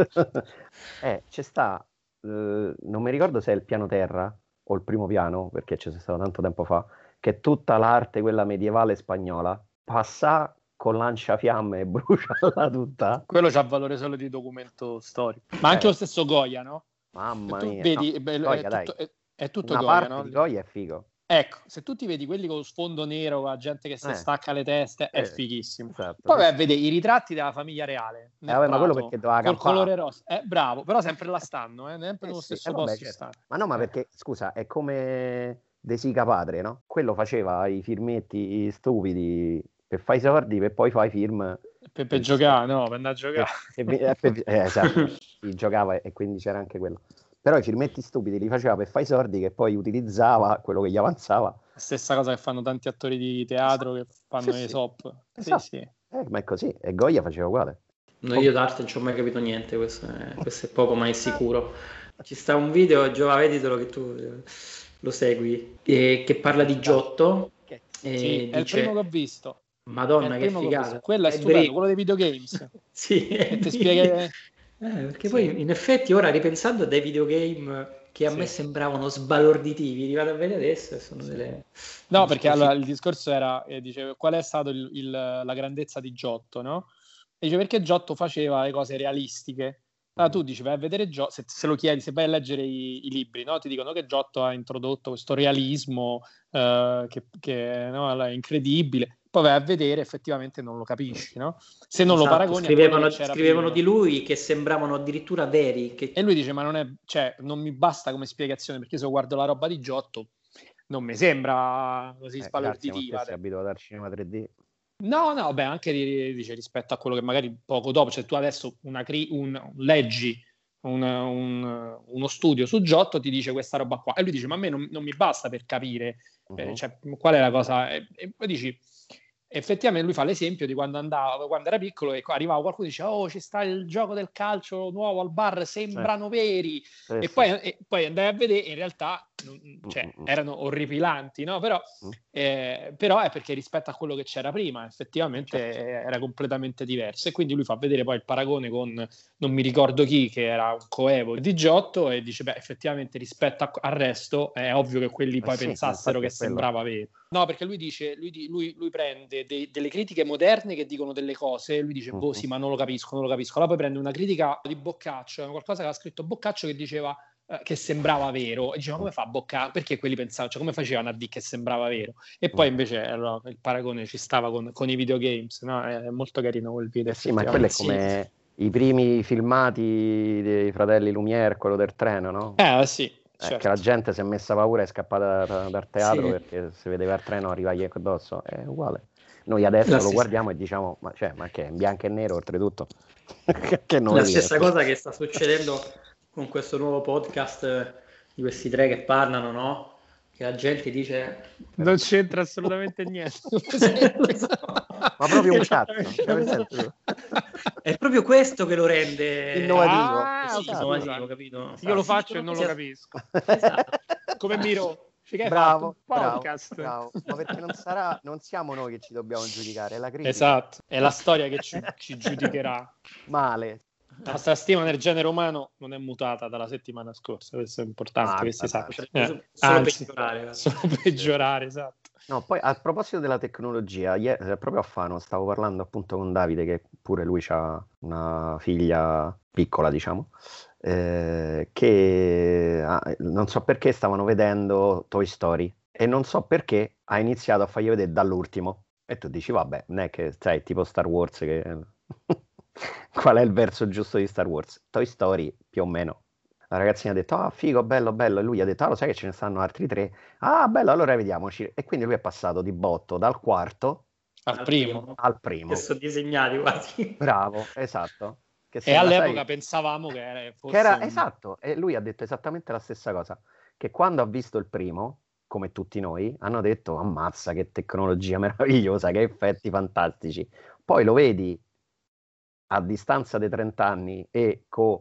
eh, c'è sta, eh, non mi ricordo se è il piano terra o il primo piano, perché c'è stato tanto tempo fa, che tutta l'arte, quella medievale spagnola, passa con lanciafiamme e bruciala tutta. Quello c'ha valore solo di documento storico. Ma anche Eh. lo stesso Goya, no? Mamma tu mia. vedi, No, è, bello- Goya, è dai. tutto, è, è tutto Una Goya, parte no? di Goya è figo. Ecco, se tu ti vedi quelli con lo sfondo nero, la gente che si Eh. stacca le teste, è Eh, fighissimo. esatto, Poi sì, vai a sì. vedere i ritratti della famiglia reale. Eh, nel vabbè, ma quello Prato, perché doveva col campare. colore rosa. Eh, bravo, però sempre là stanno, eh, sempre Eh nello sì, stesso eh, vabbè, posto certo. stanno. Ma no, ma Eh. perché, scusa, è come De Sica padre, no? Quello faceva i filmetti stupidi per fare i soldi, per poi fare i film... Per, per giocare, no, per andare a giocare. E- e- e- per- eh, esatto, si giocava e quindi c'era anche quello. Però i filmetti stupidi li faceva per fare i soldi che poi utilizzava quello che gli avanzava. Stessa cosa che fanno tanti attori di teatro che fanno Sì, i sì. soap. Esatto. Sì, sì. Eh, ma è così. E Goya faceva uguale. No, io d'arte non ci ho mai capito niente, questo è, questo è poco ma è sicuro. Ci sta un video, Giova, veditelo che tu eh, lo segui, eh, che parla di Giotto e Sì, è il dice, primo che ho visto. È Madonna, il che primo che ho visto. figata. Quello è È stupendo, bri- quello dei videogames. Sì, è Che ti bri- spiega... Eh, perché Sì. poi in effetti ora ripensando a dei videogame che a Sì. me sembravano sbalorditivi, li vado a vedere adesso e sono delle... No, perché allora il discorso era, eh, dice, qual è stata il, il, la grandezza di Giotto, no? E dice, perché Giotto faceva le cose realistiche. Allora tu dici, vai a vedere Giotto, se, se lo chiedi, se vai a leggere i, i libri, no? Ti dicono che Giotto ha introdotto questo realismo eh, che, che no, è incredibile. Poi vai a vedere, effettivamente non lo capisci, no? Se non Esatto, lo paragoni scrivevano, a quello che c'era scrivevano prima. di lui che sembravano addirittura veri. Che... E lui dice, ma non è, cioè, non mi basta come spiegazione, perché se io guardo la roba di Giotto non mi sembra così Eh, grazie, ma te sbalorditiva. sei abituato al cinema tre D. No, no, beh, anche dice rispetto a quello che magari poco dopo, cioè tu adesso una cri- un, leggi un, un, uno studio su Giotto, ti dice questa roba qua, e lui dice ma a me non, non mi basta per capire eh, Mhm. cioè, qual è la cosa, e, e poi dici effettivamente lui fa l'esempio di quando andava, quando era piccolo e arrivava qualcuno e diceva oh ci sta il gioco del calcio nuovo al bar, sembrano veri, Sì, e sì. poi, e poi andai a vedere in realtà cioè, Mm, mm, mm. erano orripilanti, no? Però, Mm. eh, però è perché rispetto a quello che c'era prima effettivamente Certo. era completamente diverso, e quindi lui fa vedere poi il paragone con non mi ricordo chi, che era un coevo di Giotto, e dice beh effettivamente rispetto a, al resto è ovvio che quelli Eh poi sì, pensassero infatti che è quello. sembrava vero. No, perché lui dice, lui, di- lui, lui prende dei- delle critiche moderne che dicono delle cose, e lui dice, boh Mhm. sì, ma non lo capisco, non lo capisco. Allora poi prende una critica di Boccaccio, qualcosa che aveva scritto Boccaccio che diceva eh, che sembrava vero, e diceva, ma come fa Boccaccio? Perché quelli pensavano, cioè come facevano a dire che sembrava vero? E poi Mm. invece allora, il paragone ci stava con, con i videogames, no? È molto carino quel video, Eh sì, ma quello è effettivamente. come i primi filmati dei fratelli Lumière, quello del treno, no? Eh sì, Eh, che la certo. gente si è messa paura e è scappata da- dal teatro Sì, perché si vedeva il treno arrivare addosso. È uguale. Noi la adesso lo stessa, guardiamo e diciamo, ma, cioè, ma che è in bianco e nero oltretutto? Che non la lo stessa diverto. cosa che sta succedendo con questo nuovo podcast eh, di questi tre che parlano, no? Che la gente dice... Non c'entra assolutamente niente. Lo so. Ma proprio un cazzo, cioè, nel senso- È proprio questo che lo rende Innovativo. Ah, così, Esatto. innovativo, capito? io lo Si faccio e dicono non lo cose- capisco. Esatto. Come Miro, che hai fatto un Bravo, bravo, podcast. bravo. Ma perché non sarà, non siamo noi che ci dobbiamo giudicare, è la critica. Esatto, è la storia che ci, ci giudicherà. Male. La nostra stima nel genere umano non è mutata dalla settimana scorsa, questo è importante, Ah, che si vabbè. sappia. Potrebbe Eh, solo anzi, peggiorare. solo peggiorare, esatto. No, poi a proposito della tecnologia, ie- eh, proprio a Fano stavo parlando appunto con Davide, che pure lui ha una figlia piccola, diciamo, eh, che ah, non so perché stavano vedendo Toy Story e non so perché ha iniziato a fargli vedere dall'ultimo. E tu dici, vabbè, non è che sai, tipo Star Wars, che... qual è il verso giusto di Star Wars? Toy Story, più o meno. La ragazzina ha detto, ah, figo, bello, bello, e lui ha detto, ah, lo sai che ce ne stanno altri tre? Ah, bello, allora vediamoci. E quindi lui è passato di botto dal quarto Al Al primo. primo. al Che primo. sono disegnati quasi. Bravo, esatto. Che E sembra, all'epoca sai, pensavamo che era, fosse che era un... esatto. E lui ha detto esattamente la stessa cosa. Che quando ha visto il primo, come tutti noi, hanno detto, ammazza, che tecnologia meravigliosa, che effetti fantastici. Poi lo vedi a distanza dei trenta anni e con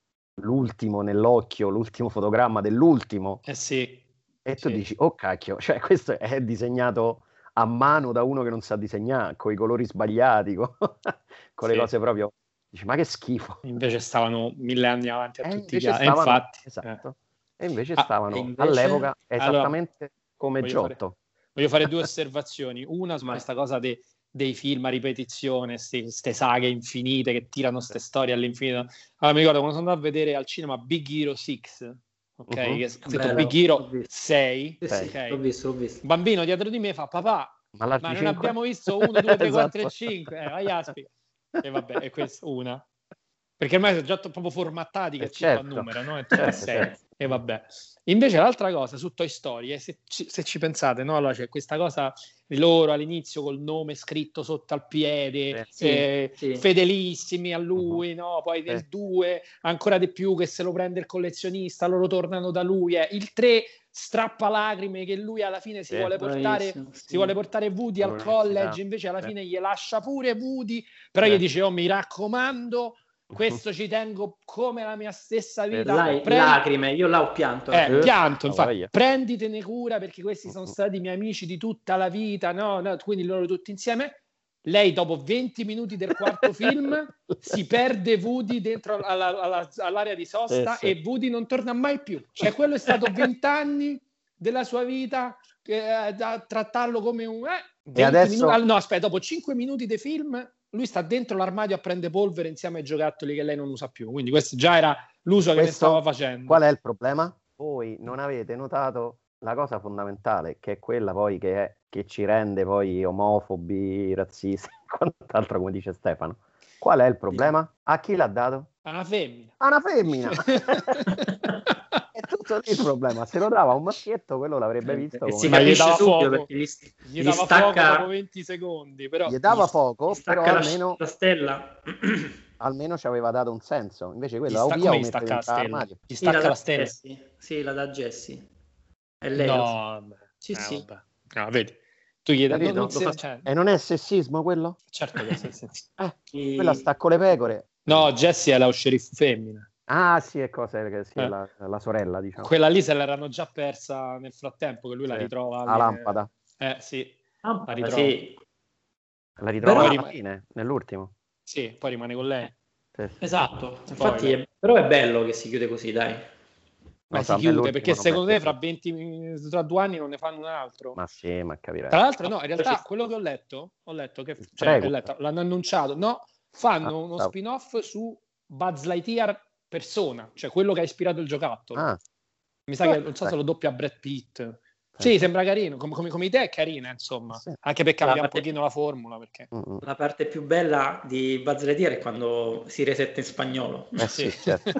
l'ultimo nell'occhio, l'ultimo fotogramma dell'ultimo, Eh sì, e tu sì. dici, oh cacchio, cioè questo è disegnato a mano da uno che non sa disegnare, con i colori sbagliati, con, con le Sì. cose proprio... Dici, ma che schifo. Invece stavano mille anni avanti a E tutti gli invece altri. E stavano, infatti, eh. esatto, e invece Ah, stavano E invece? all'epoca allora, esattamente come voglio fare, Giotto. voglio fare due osservazioni. Una su Ma- questa cosa de- dei film a ripetizione, queste saghe infinite che tirano queste storie all'infinito. Allora, mi ricordo quando sono andato a vedere al cinema Big Hero sei, ok? Mhm. Che è scritto Bello, Big l'ho Hero visto. sei, Sì, sì, ok? l'ho visto, l'ho visto. Un bambino dietro di me fa papà, Ma l'altri ma non cinque? abbiamo visto uno, due, tre, quattro e Esatto. cinque. Eh, vai Aspi. E vabbè, è questa una. Perché ormai sono già t- proprio formattati che Eh, è tutto a certo. numero, no? È tutto a Certo, sei. certo. E vabbè. Invece l'altra cosa su Toy Story, è se ci, se ci pensate, no? Allora c'è questa cosa di loro all'inizio col nome scritto sotto al piede, Sì, eh, sì. fedelissimi a lui, no? Poi nel Sì. due ancora di più che se lo prende il collezionista, loro tornano da lui. eh. Il tre strappa lacrime che lui alla fine si Sì. vuole portare, Bravissimo, sì. si vuole portare Woody al All'università. college, invece alla Sì. fine gli lascia pure Woody, però Sì. gli dice, oh mi raccomando, questo ci tengo come la mia stessa vita. Là- Prendi- lacrime, io là ho pianto. eh, Eh, pianto, ah, infatti, voglia. prenditene cura perché questi sono stati i miei amici di tutta la vita, no? No, quindi loro tutti insieme. Lei dopo venti minuti del quarto film si perde Woody dentro alla- alla- all'area di sosta Sì, sì. e Woody non torna mai più. Cioè quello è stato vent'anni della sua vita eh, da trattarlo come un... Eh, venti adesso- minuti, no, aspetta, dopo cinque minuti di film lui sta dentro l'armadio a prendere polvere insieme ai giocattoli che lei non usa più. Quindi questo già era l'uso che ne Questo, stava facendo. qual è il problema? Voi non avete notato la cosa fondamentale, che è quella poi che, è, che ci rende poi omofobi, razzisti, quant'altro, come dice Stefano. Qual è il problema? A chi l'ha dato? A una femmina. A una femmina! E tu tutto lì il problema. Se lo dava a un maschietto, quello l'avrebbe visto. E Come... si Ma gli capisce dava subito fuoco. perché gli, Gli gli dava stacca, fuoco dopo venti secondi, però Gli dava gli poco, stacca però la, almeno, la stella. almeno ci aveva dato un senso. Invece gli quello sta... o via come o gli mette stacca la dentro stella? l'armadio. Gli Sì, la stacca dà la stella? Jessie. Sì, la dà Jessie. È lei. No, lo sa. vabbè. Sì, Eh, sì. vabbè. No, vedi, tu gli dai... Capito? non Lo si- fa- cioè, E non è sessismo quello? certo che sì, sì. Eh, I- quella sta con le pecore. No, Jessie è la sceriffo femmina. Ah, sì, è cosa che sì, è Eh. la, la sorella, diciamo. Quella lì se l'erano già persa nel frattempo, che lui la Sì, ritrova la lì, lampada. eh sì, Ah, la ritrova. sì, La ritrova Però- alla fine, nell'ultimo. Sì, poi rimane con lei. Sì, sì. esatto. Infatti, Spoiler. è- però è bello che si chiude così, dai. Ma Lo si so, a me chiude l'ultimo perché non secondo mi è te fra piaciuto. venti, tra due anni non ne fanno un altro? Ma sì, ma capirai. Tra l'altro no, in realtà Ci- quello che ho letto, ho letto che Il cioè, prequel. ho letto, l'hanno annunciato, no, fanno Ah, uno stavo- spin-off su Buzz Lightyear persona, cioè quello che ha ispirato il giocattolo. Ah, Mi sa che non so se lo doppia Brad Pitt. Sì, pensa. sembra carino, come, come- come idea è carina, insomma, Sì. anche per La cambiare un parte- pochino la formula, perché Mm-mm. La parte più bella di Buzz Lightyear è quando si resetta in spagnolo. Eh sì, certo.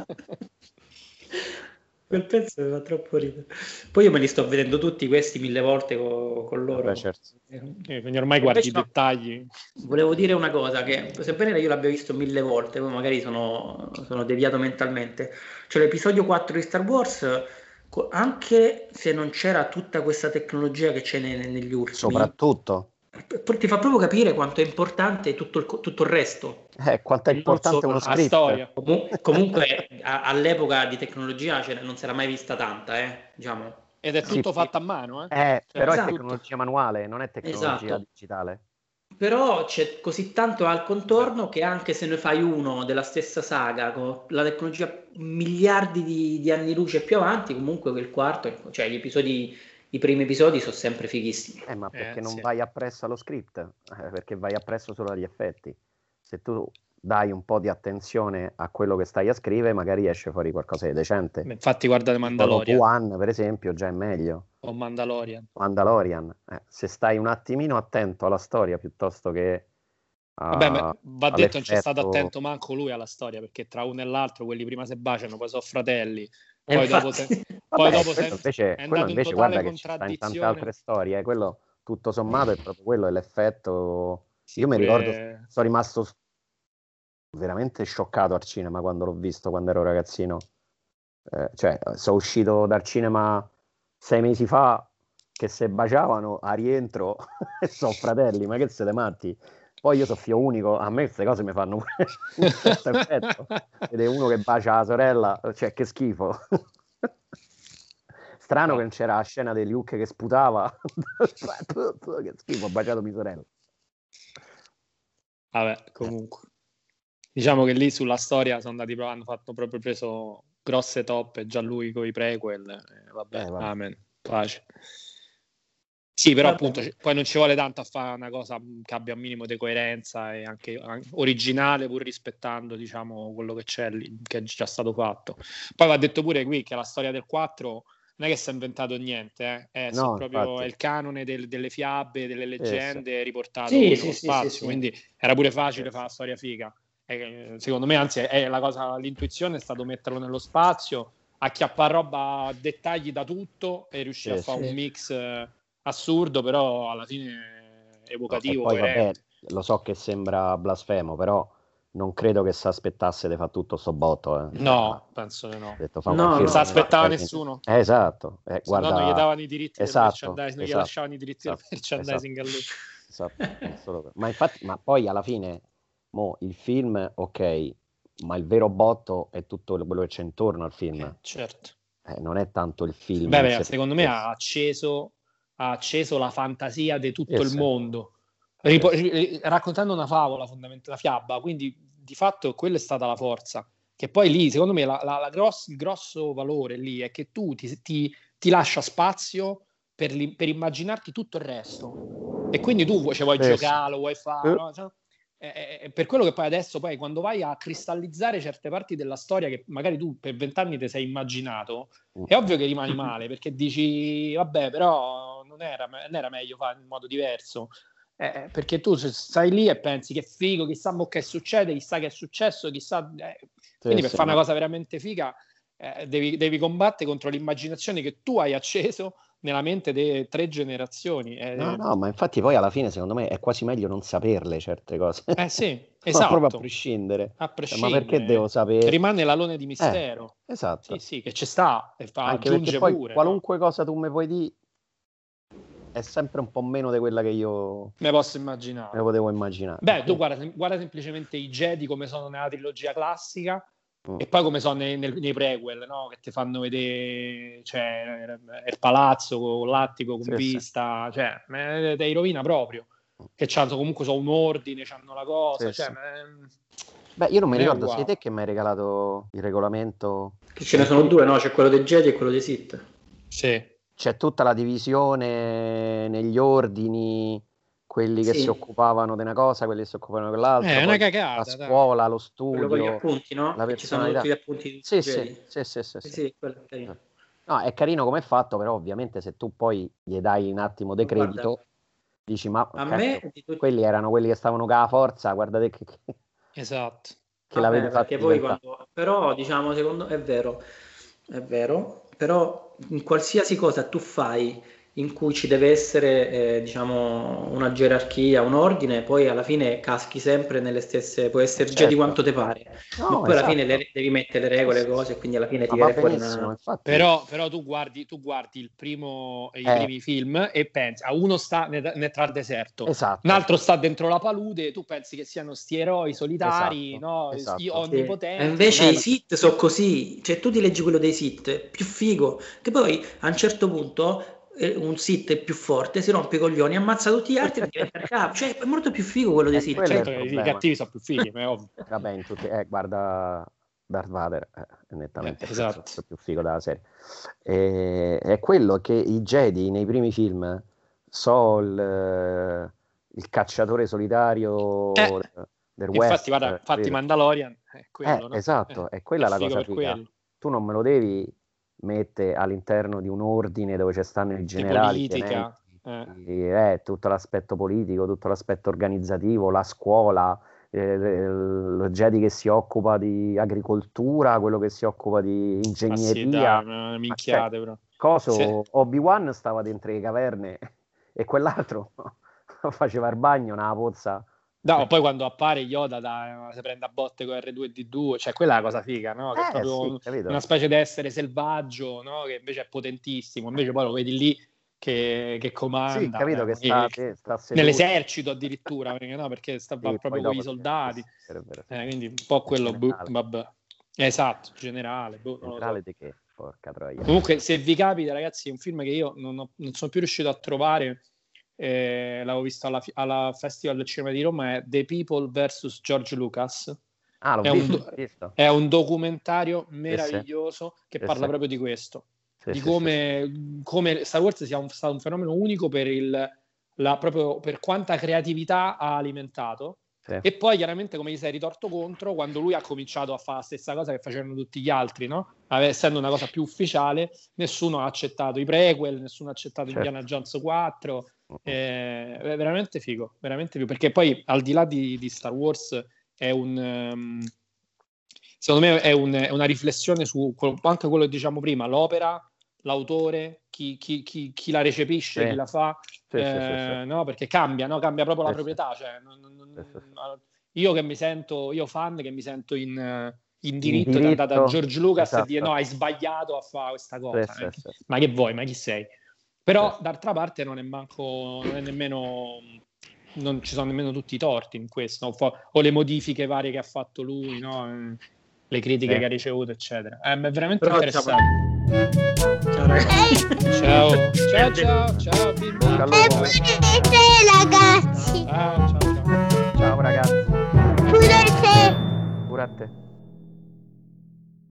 Quel pezzo mi fa troppo ridere. Poi io me li sto vedendo tutti questi mille volte co- con loro. Vabbè, certo. Eh, quindi ormai guardi i Invece no. dettagli. Volevo dire una cosa, che sebbene io l'abbia visto mille volte, poi magari sono, sono deviato mentalmente, cioè l'episodio quattro di Star Wars, co- anche se non c'era tutta questa tecnologia che c'è ne- negli ultimi, Soprattutto, p- ti fa proprio capire quanto è importante tutto il, co- tutto il resto. eh, quanto è E non importante solo uno la La script. storia. Comu- comunque a- all'epoca di tecnologia ce ne- non si era mai vista tanta, eh, diciamo. Ed è Sì, tutto sì. fatto a mano, eh? Eh, però è esatto. tecnologia manuale, non è tecnologia Esatto. digitale. Però c'è così tanto al contorno che anche se ne fai uno della stessa saga con la tecnologia miliardi di, di anni luce più avanti, comunque quel quarto, cioè gli episodi, i primi episodi sono sempre fighissimi. Eh, ma perché Eh, non sì. vai appresso allo script? Eh, perché vai appresso solo agli effetti. Se tu dai un po' di attenzione a quello che stai a scrivere, magari esce fuori qualcosa di decente. Infatti guardate Rogue Mandalorian One, per esempio, già è meglio. o Mandalorian. Mandalorian, eh, se stai un attimino attento alla storia piuttosto che a, Vabbè, ma va detto non c'è stato all'effetto- attento manco lui alla storia, perché tra uno e l'altro quelli prima si baciano, poi sono fratelli, E poi infatti- dopo se- Vabbè, poi dopo quello se- invece, è quello andato in invece totale guarda che ci sta in tante contraddizione. altre storie, eh, quello tutto sommato è proprio quello, è l'effetto. Sì, Io mi pure- ricordo, sono rimasto veramente scioccato al cinema quando l'ho visto, quando ero ragazzino. Eh, cioè, sono uscito dal cinema sei mesi fa che se baciavano a rientro e sono fratelli, ma che siete matti? Poi io sono figlio unico, a me queste cose mi fanno pure un certo effetto. Ed è uno che bacia la sorella, cioè che schifo. Strano che non c'era la scena di Luke che sputava. Che schifo, ho baciato mia sorella. Vabbè, comunque. Diciamo che lì sulla storia sono andati hanno fatto proprio preso grosse toppe, già lui con i prequel, eh, vabbè, Eh, vabbè. amen, pace. Sì, però Vabbè. appunto ci- poi non ci vuole tanto a fare una cosa che abbia un minimo di coerenza e anche, anche originale, pur rispettando, diciamo, quello che c'è lì, che è già stato fatto. Poi va detto pure qui che la storia del quattro non è che si è inventato niente, eh? È, No, proprio infatti. è il canone del- delle fiabe, delle leggende riportato Sì, nello sì, sì, spazio, sì, sì. quindi era pure facile Sì, fare la sì. storia figa. E, secondo me, anzi, è la cosa, l'intuizione è stato metterlo nello spazio, acchiappare roba a dettagli da tutto e riuscire Sì, a fare sì. un mix eh, assurdo, però alla fine E evocativo, poi vabbè, coerente. lo so che sembra blasfemo, però non credo che si aspettasse di fare tutto sto botto. Eh. No, penso di no. Ha detto, fa un No, film Non si no, aspettava merchandising. nessuno. Eh, esatto. Eh, Se guarda, no non gli davano i diritti esatto, del merchandising, non gli esatto, lasciavano i diritti esatto, del merchandising a lui. esatto, assolutamente. Ma infatti, ma poi alla fine, mo, il film, ok, ma il vero botto è tutto quello che c'è intorno al film. Eh, certo. Eh, non è tanto il film. Beh, in beh, sé secondo me stesso. ha acceso, ha acceso la fantasia di tutto Eh, il sì. mondo, Ripo- ri- raccontando una favola, fondamentalmente una fiaba, quindi di fatto quella è stata la forza. Che poi lì, secondo me, la, la- la gross- il grosso valore lì è che tu ti, ti- ti lascia spazio per, li- per immaginarti tutto il resto. E quindi tu vuoi, cioè, vuoi Sì, sì. giocare, lo vuoi fare, Eh. no? Cioè, è, è- è per quello che poi adesso, poi, quando vai a cristallizzare certe parti della storia che magari tu per vent'anni ti sei immaginato, è ovvio che rimani male, perché dici, vabbè, però non era, non era meglio fare in modo diverso. Eh, perché tu stai lì e pensi che figo, chissà mo che succede, chissà che è successo, chissà... eh. Sì, Quindi per sì, fare ma- una cosa veramente figa eh, devi, devi combattere contro l'immaginazione che tu hai acceso nella mente delle tre generazioni. Eh, no, no, ma infatti poi alla fine secondo me è quasi meglio non saperle certe cose. Eh sì, esatto. Proprio a prescindere. A prescindere. Ma perché devo sapere? Rimane l'alone di mistero. Eh, esatto. Sì, sì, che ci sta. E fa, anche perché poi pure, qualunque no? cosa tu mi puoi dire è sempre un po' meno di quella che io me posso immaginare. Me potevo immaginare. Beh, tu guarda, guarda semplicemente i Jedi come sono nella trilogia classica. E poi come sono nei, nei, nei prequel, no? Che ti fanno vedere, cioè, il palazzo con l'attico con sì, vista, sì. Cioè, ti rovina proprio. Che c'hanno comunque so un ordine, c'hanno la cosa. Sì, cioè, sì. Me... Beh, io non mi ricordo, sei te che mi hai regalato il regolamento? Che ce ne sono due, no? C'è quello dei Jedi e quello dei Sith. Sì. C'è tutta la divisione negli ordini, quelli che sì. si occupavano di una cosa, quelli che si occupavano dell'altra. È una cagata. La scuola, dai. Lo studio. Quello con gli appunti, no? La ci sono tutti gli appunti di sì, Jedi. Sì, sì, sì, sì, sì. sì quello è carino. No, è carino come è fatto, però ovviamente se tu poi gli dai un attimo di credito, guarda, dici ma a cazzo, me tutti... quelli erano quelli che stavano con la forza, guardate che... che... Esatto. Che l'avete fatto. Perché poi quando... Però diciamo, secondo è vero, è vero, però in qualsiasi cosa tu fai in cui ci deve essere eh, diciamo una gerarchia, un ordine, poi alla fine caschi sempre nelle stesse, può essere certo. Jedi quanto te pare, no, ma poi esatto. alla fine le, devi mettere le regole, le cose, quindi alla fine ti viene fuori una... Però, però tu guardi, tu guardi il primo, i eh. primi film e pensi, a uno sta nel, nel tra il deserto, esatto. un altro sta dentro la palude, tu pensi che siano sti eroi solitari, esatto. no? Esatto. Onnipotenti. E invece i Sith sono così, cioè tu ti leggi quello dei Sith, più figo, che poi a un certo punto un Sith più forte, si rompe i coglioni, ammazza tutti gli altri e diventa capo. Cioè è molto più figo quello dei Sith. Certo che i cattivi sono più fighi, ma è ovvio. Vabbè, in tutti, eh, guarda Darth Vader, eh, è nettamente eh, esatto. più, più figo della serie. E, è quello che i Jedi nei primi film so il, il cacciatore solitario eh, del infatti, West. Guarda, infatti Mandalorian è quello, eh, no? Esatto, è quella è la cosa figa. Quello. Tu non me lo devi mette all'interno di un ordine dove ci stanno i generali, politica, tenenti, eh. Eh, tutto l'aspetto politico, tutto l'aspetto organizzativo, la scuola, eh, lo Jedi che si occupa di agricoltura, quello che si occupa di ingegneria. Ah, sì, dai, minchiate, cioè, bro. Coso, sì. Obi-Wan stava dentro le caverne e quell'altro faceva il bagno nella pozza. No, poi quando appare Yoda da, si prende a botte con erre due di due, cioè quella è la cosa figa, no? Che eh, è proprio sì, una specie di essere selvaggio, no? Che invece è potentissimo, invece poi lo vedi lì che, che comanda. Sì, capito, eh, che sta, che sta nell'esercito addirittura, perché, no? Perché sta sì, proprio con i soldati, sì, vero, vero. Eh, quindi un po' quello, bu, vabbè. Esatto, generale. Bu, generale so. di che? Porca troia. Comunque, se vi capita, ragazzi, è un film che io non, ho, non sono più riuscito a trovare. Eh, l'avevo visto alla, alla Festival del Cinema di Roma, è The People versus George Lucas. Ah, l'ho è, visto, un, visto. è un documentario meraviglioso sì, che sì, parla sì. proprio di questo, sì, di sì, come, sì. come Star Wars sia un, stato un fenomeno unico per, il, la, proprio per quanta creatività ha alimentato. Sì. E poi chiaramente come gli sei ritorto contro quando lui ha cominciato a fare la stessa cosa che facevano tutti gli altri, no? Essendo una cosa più ufficiale, nessuno ha accettato i prequel, nessuno ha accettato certo. Indiana Jones quattro. È veramente figo, veramente figo, perché poi al di là di, di Star Wars è un um, secondo me è, un, è una riflessione su anche quello che diciamo prima, l'opera, l'autore, chi, chi, chi, chi la recepisce, sì. chi la fa, sì, eh, sì, sì, sì. No? Perché cambia, no? Cambia proprio sì, la proprietà, cioè, non, non, sì, sì. io che mi sento, io fan che mi sento in, in diritto, in diritto di andare da George Lucas esatto. e dire no, hai sbagliato a fare questa cosa, sì, eh? sì, sì. Ma che vuoi, ma chi sei? Però sì. D'altra parte non è manco, non è nemmeno, non ci sono nemmeno tutti i torti in questo, no? O le modifiche varie che ha fatto lui, no? Le critiche sì. che ha ricevuto, eccetera. È veramente Però interessante. Ciao ragazzi. Ciao, ciao, ciao, ciao, bimbo. Ciao ragazzi. Ciao, ciao, ciao. Ciao ragazzi. Pure a te. Pure a te.